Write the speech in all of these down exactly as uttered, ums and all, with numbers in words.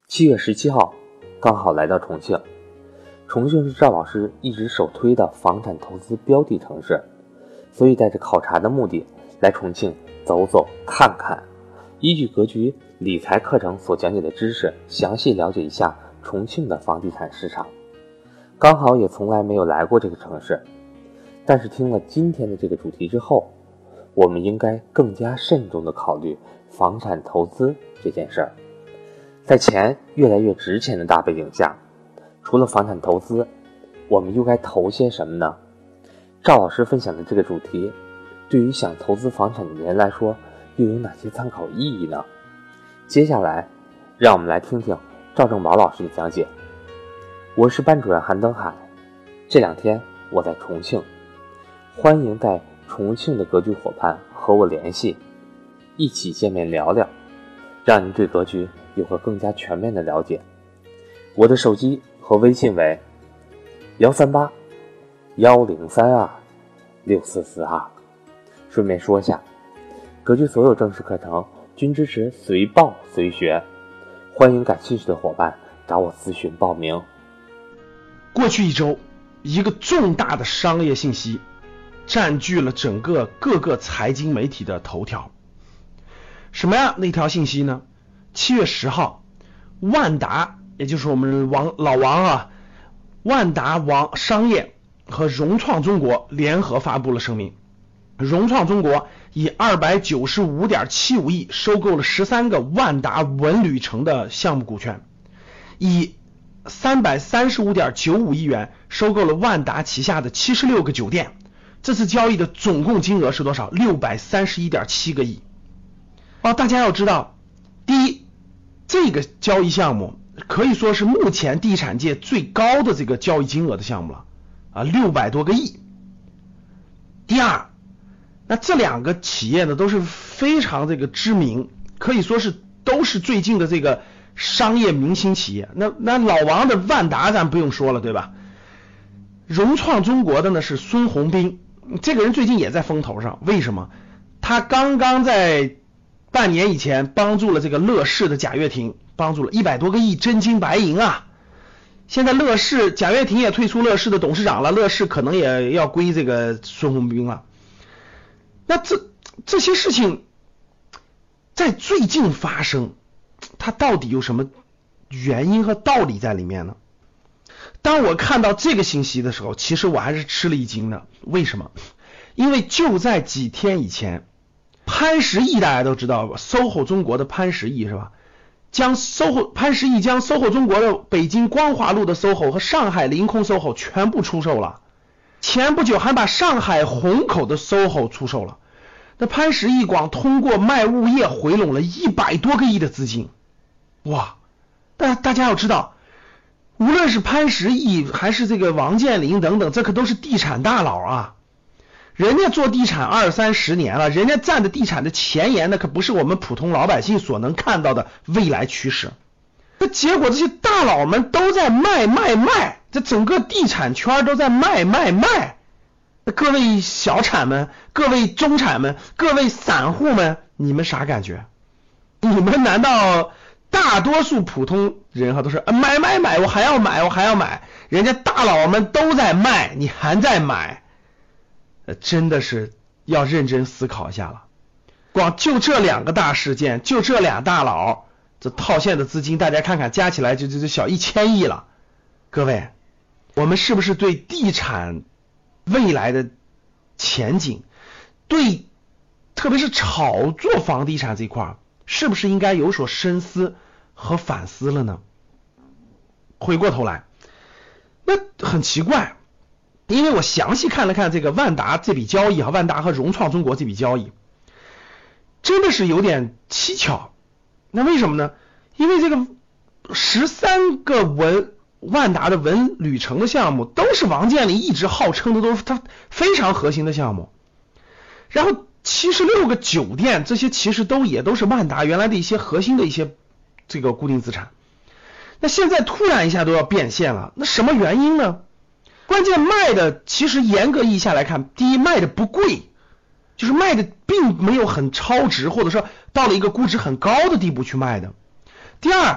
七月十七号，刚好来到重庆。重庆是赵老师一直首推的房产投资标的城市，所以带着考察的目的来重庆走走看看，依据格局理财课程所讲解的知识，详细了解一下重庆的房地产市场。刚好也从来没有来过这个城市，但是听了今天的这个主题之后，我们应该更加慎重地考虑房产投资这件事儿。在钱越来越值钱的大背景下，除了房产投资，我们又该投些什么呢？赵老师分享的这个主题，对于想投资房产的人来说，又有哪些参考意义呢？接下来，让我们来听听赵正宝老师的讲解。我是班主任韩登海，这两天我在重庆，欢迎在重庆的格局伙伴和我联系，一起见面聊聊，让您对格局有个更加全面的了解。我的手机和微信为幺三八幺零三二六四四二。顺便说一下，格局所有正式课程均支持随报随学，欢迎感兴趣的伙伴找我咨询报名。 过去一周，一个重大的商业信息占据了整个各个财经媒体的头条。什么呀？那条信息呢？七月十号，万达，也就是我们王老王啊，万达王商业和融创中国联合发布了声明。融创中国以二百九十五点七五亿收购了十三个万达文旅城的项目股权，以三百三十五点九五亿元收购了万达旗下的七十六个酒店。这次交易的总共金额是多少？ 六百三十一点七个亿。哦，大家要知道，第一，这个交易项目可以说是目前地产界最高的这个交易金额的项目了啊，六百多个亿。第二，那这两个企业呢都是非常这个知名，可以说是都是最近的这个商业明星企业。那那老王的万达咱不用说了，对吧？融创中国的呢是孙宏斌，这个人最近也在风头上。为什么？他刚刚在半年以前帮助了这个乐视的贾跃亭，帮助了一百多个亿真金白银啊！现在乐视贾跃亭也退出乐视的董事长了，乐视可能也要归这个孙宏斌了。那这这些事情在最近发生，它到底有什么原因和道理在里面呢？当我看到这个信息的时候，其实我还是吃了一惊的。为什么？因为就在几天以前，潘石屹大家都知道吧 ，S O H O 中国的潘石屹是吧？将 S O H O 潘石屹将 S O H O 中国的北京光华路的 S O H O 和上海临空 S O H O 全部出售了。前不久还把上海虹口的 S O H O 出售了。那潘石屹光通过卖物业回笼了一百多个亿的资金，哇！但大家要知道，无论是潘石屹还是这个王健林等等，这可都是地产大佬啊。人家做地产二三十年了，人家站在地产的前沿，那可不是我们普通老百姓所能看到的未来趋势。那结果这些大佬们都在卖卖卖，这整个地产圈都在卖卖卖。那各位小产们，各位中产们，各位散户们，你们啥感觉？你们难道大多数普通人哈都是、啊、买买买，我还要买，我还要买，人家大佬们都在卖，你还在买？真的是要认真思考一下了。光就这两个大事件，就这俩大佬，这套现的资金大家看看，加起来就就就小一千亿了。各位，我们是不是对地产未来的前景，对特别是炒作房地产这一块，是不是应该有所深思和反思了呢？回过头来，那很奇怪，因为我详细看了看这个万达这笔交易啊，万达和融创中国这笔交易，真的是有点蹊跷。那为什么呢？因为这个十三个文万达的文旅城的项目，都是王健林一直号称的都是他非常核心的项目。然后七十六个酒店，这些其实都也都是万达原来的一些核心的一些这个固定资产。那现在突然一下都要变现了，那什么原因呢？关键卖的其实严格意义下来看，第一卖的不贵，就是卖的并没有很超值，或者说到了一个估值很高的地步去卖的。第二，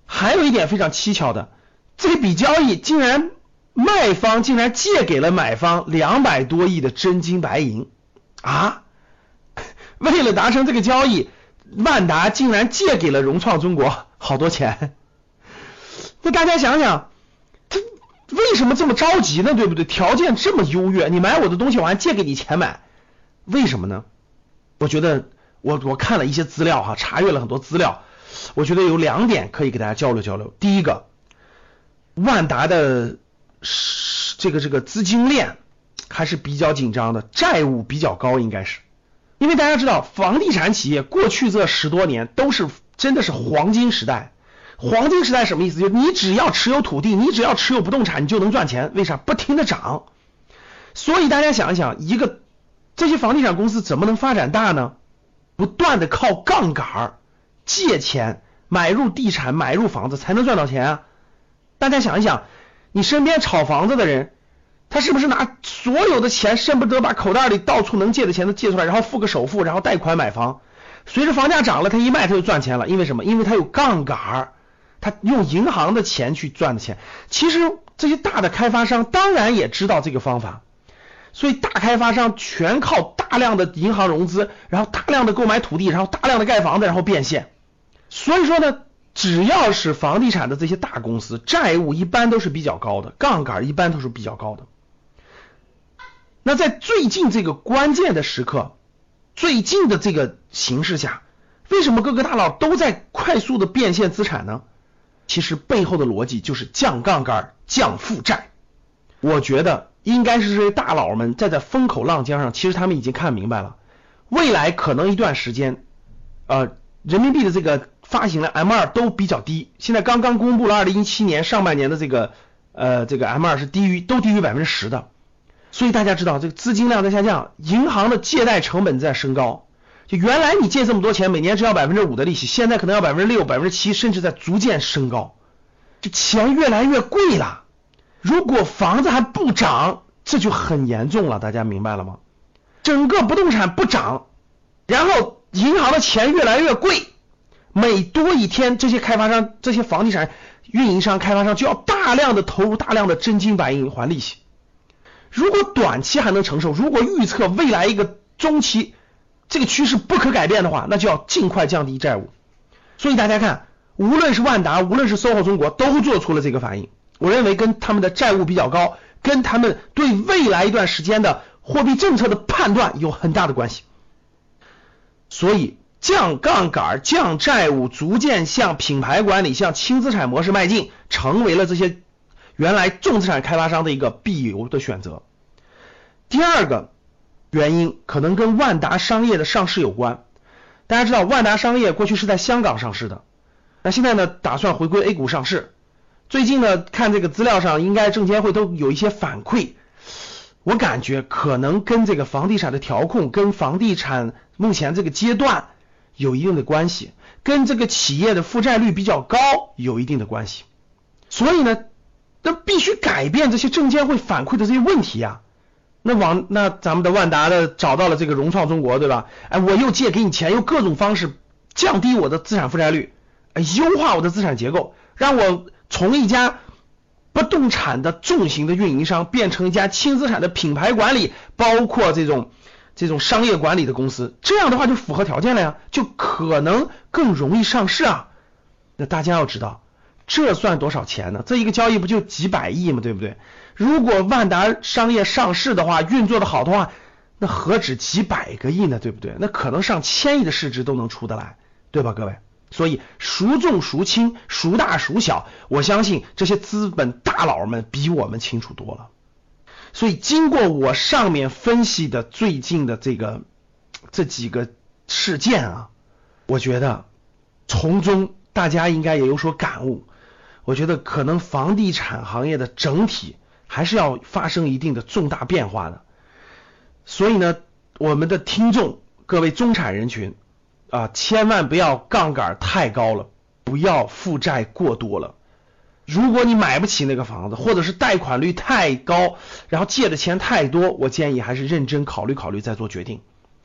还有一点非常蹊跷的，这笔交易竟然卖方竟然借给了买方两百多亿的真金白银啊！为了达成这个交易，万达竟然借给了融创中国好多钱。那大家想想，这为什么这么着急呢？对不对？条件这么优越，你买我的东西我还借给你钱买，为什么呢？我觉得我我看了一些资料哈，查阅了很多资料，我觉得有两点可以给大家交流交流。第一个，万达的这个这个资金链还是比较紧张的，债务比较高，应该是。因为大家知道，房地产企业过去这十多年都是真的是黄金时代。黄金时代什么意思？就是你只要持有土地，你只要持有不动产，你就能赚钱。为啥？不停的涨。所以大家想一想，一个这些房地产公司怎么能发展大呢？不断的靠杠杆借钱买入地产，买入房子才能赚到钱啊。大家想一想，你身边炒房子的人，他是不是拿所有的钱，恨不得把口袋里到处能借的钱都借出来，然后付个首付，然后贷款买房，随着房价涨了，他一卖他就赚钱了。因为什么？因为他有杠杆，他用银行的钱去赚的钱。其实这些大的开发商当然也知道这个方法，所以大开发商全靠大量的银行融资，然后大量的购买土地，然后大量的盖房子，然后变现。所以说呢，只要是房地产的这些大公司，债务一般都是比较高的，杠杆一般都是比较高的。那在最近这个关键的时刻，最近的这个形势下，为什么各个大佬都在快速的变现资产呢？其实背后的逻辑就是降杠杆、降负债。我觉得应该是这些大佬们在这风口浪尖上，其实他们已经看明白了，未来可能一段时间呃，人民币的这个发行量 M 二 都比较低。现在刚刚公布了二零一七年上半年的这个呃这个 M 二 是低于都低于 百分之十 的。所以大家知道，这个资金量在下降，银行的借贷成本在升高。就原来你借这么多钱，每年只要 百分之五 的利息，现在可能要 百分之六、百分之七， 甚至在逐渐升高。这钱越来越贵了。如果房子还不涨，这就很严重了，大家明白了吗？整个不动产不涨，然后银行的钱越来越贵，每多一天，这些开发商、这些房地产运营商、开发商就要大量的投入大量的真金白银还利息。如果短期还能承受，如果预测未来一个中期这个趋势不可改变的话，那就要尽快降低债务。所以大家看，无论是万达，无论是 S O H O 中国，都做出了这个反应。我认为跟他们的债务比较高，跟他们对未来一段时间的货币政策的判断有很大的关系。所以降杠杆、降债务，逐渐向品牌管理、向轻资产模式迈进，成为了这些原来重资产开发商的一个必由的选择。第二个原因可能跟万达商业的上市有关。大家知道万达商业过去是在香港上市的，那现在呢打算回归 A 股上市。最近呢看这个资料上，应该证监会都有一些反馈，我感觉可能跟这个房地产的调控，跟房地产目前这个阶段有一定的关系，跟这个企业的负债率比较高有一定的关系。所以呢那必须改变这些证监会反馈的这些问题啊。那往那咱们的万达的找到了这个融创中国，对吧？哎，我又借给你钱，用各种方式降低我的资产负债率，哎，优化我的资产结构，让我从一家不动产的重型的运营商变成一家轻资产的品牌管理，包括这种这种商业管理的公司。这样的话就符合条件了呀，就可能更容易上市啊。那大家要知道，这算多少钱呢？这一个交易不就几百亿吗？对不对？如果万达商业上市的话，运作的好的话，那何止几百个亿呢？对不对？那可能上千亿的市值都能出得来，对吧各位？所以孰重孰轻，孰大孰小，我相信这些资本大佬们比我们清楚多了。所以经过我上面分析的最近的这个这几个事件啊，我觉得从中大家应该也有所感悟。我觉得可能房地产行业的整体还是要发生一定的重大变化的。所以呢，我们的听众各位中产人群啊，千万不要杠杆太高了，不要负债过多了。如果你买不起那个房子，或者是贷款率太高，然后借的钱太多，我建议还是认真考虑考虑再做决定。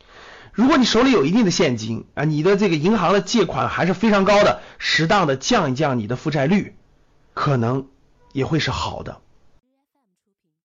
如果你手里有一定的现金啊，你的这个银行的借款还是非常高的，适当的降一降你的负债率，可能也会是好的。